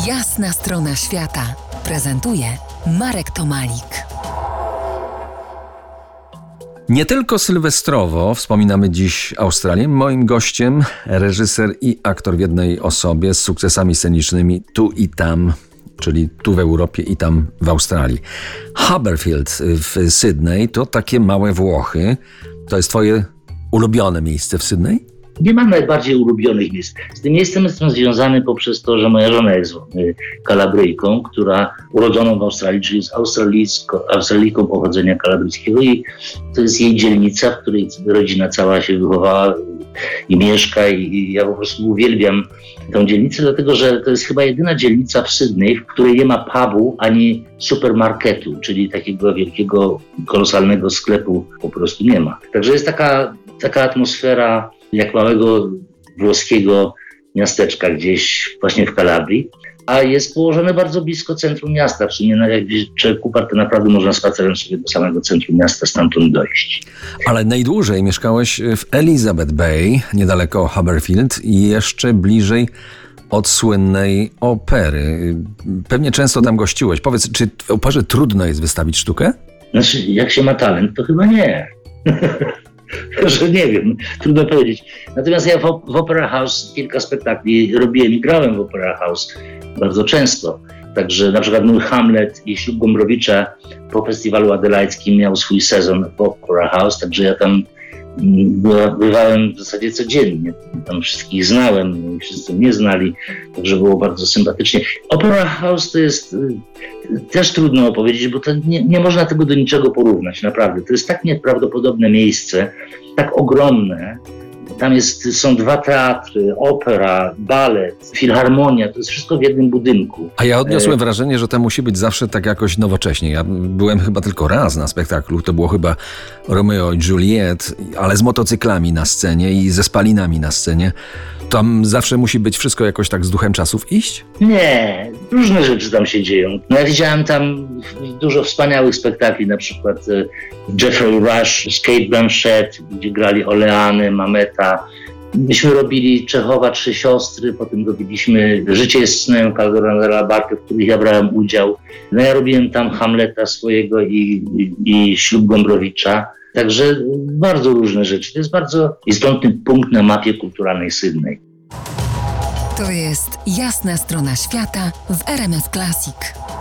Jasna strona świata prezentuje Marek Tomalik. Nie tylko sylwestrowo wspominamy dziś Australię. Moim gościem reżyser i aktor w jednej osobie z sukcesami scenicznymi tu i tam, czyli tu w Europie i tam w Australii. Haberfield w Sydney to takie małe Włochy. To jest twoje ulubione miejsce w Sydney? Nie mam najbardziej ulubionych miejsc. Z tym miejscem jestem związany poprzez to, że moja żona jest Kalabryjką, która urodzoną w Australii, czyli jest Australijką pochodzenia kalabryjskiego i to jest jej dzielnica, w której rodzina cała się wychowała i mieszka i ja po prostu uwielbiam tę dzielnicę, dlatego że to jest chyba jedyna dzielnica w Sydney, w której nie ma pubu ani supermarketu, czyli takiego wielkiego, kolosalnego sklepu po prostu nie ma. Także jest taka atmosfera jak małego włoskiego miasteczka gdzieś właśnie w Kalabrii, a jest położone bardzo blisko centrum miasta. W sumie jak gdzieś człowiek uparł, to naprawdę można spacerem sobie do samego centrum miasta stamtąd dojść. Ale najdłużej mieszkałeś w Elizabeth Bay, niedaleko Haberfield i jeszcze bliżej od słynnej opery. Pewnie często tam gościłeś. Powiedz, czy w operze trudno jest wystawić sztukę? Znaczy, jak się ma talent, to chyba nie. Że nie wiem, trudno powiedzieć. Natomiast ja w Opera House kilka spektakli robiłem i grałem w Opera House bardzo często. Także na przykład mój Hamlet i Ślub Gombrowicza po festiwalu adelaidzkim miał swój sezon w Opera House, także ja tam bywałem w zasadzie codziennie. Tam wszystkich znałem, wszyscy mnie znali, także było bardzo sympatycznie. Opera House to jest też trudno opowiedzieć, bo to nie można tego do niczego porównać, naprawdę. To jest tak nieprawdopodobne miejsce, tak ogromne. Tam są dwa teatry, opera, balet, filharmonia, to jest wszystko w jednym budynku. A ja odniosłem wrażenie, że to musi być zawsze tak jakoś nowocześnie. Ja byłem chyba tylko raz na spektaklu, to było chyba Romeo i Juliet, ale z motocyklami na scenie i ze spalinami na scenie. Tam zawsze musi być wszystko jakoś tak z duchem czasów iść? Nie, różne rzeczy tam się dzieją. No ja widziałem tam dużo wspaniałych spektakli, na przykład Jeffrey Rush, Cate Blanchett, gdzie grali Oleany, Mameta. Myśmy robili Czechowa, Trzy siostry, potem robiliśmy Życie jest snem Calderona Barty, w których ja brałem udział. No ja robiłem tam Hamleta swojego i Ślub Gombrowicza. Także bardzo różne rzeczy. To jest bardzo istotny punkt na mapie kulturalnej Sydney. To jest Jasna strona świata w RMF Classic.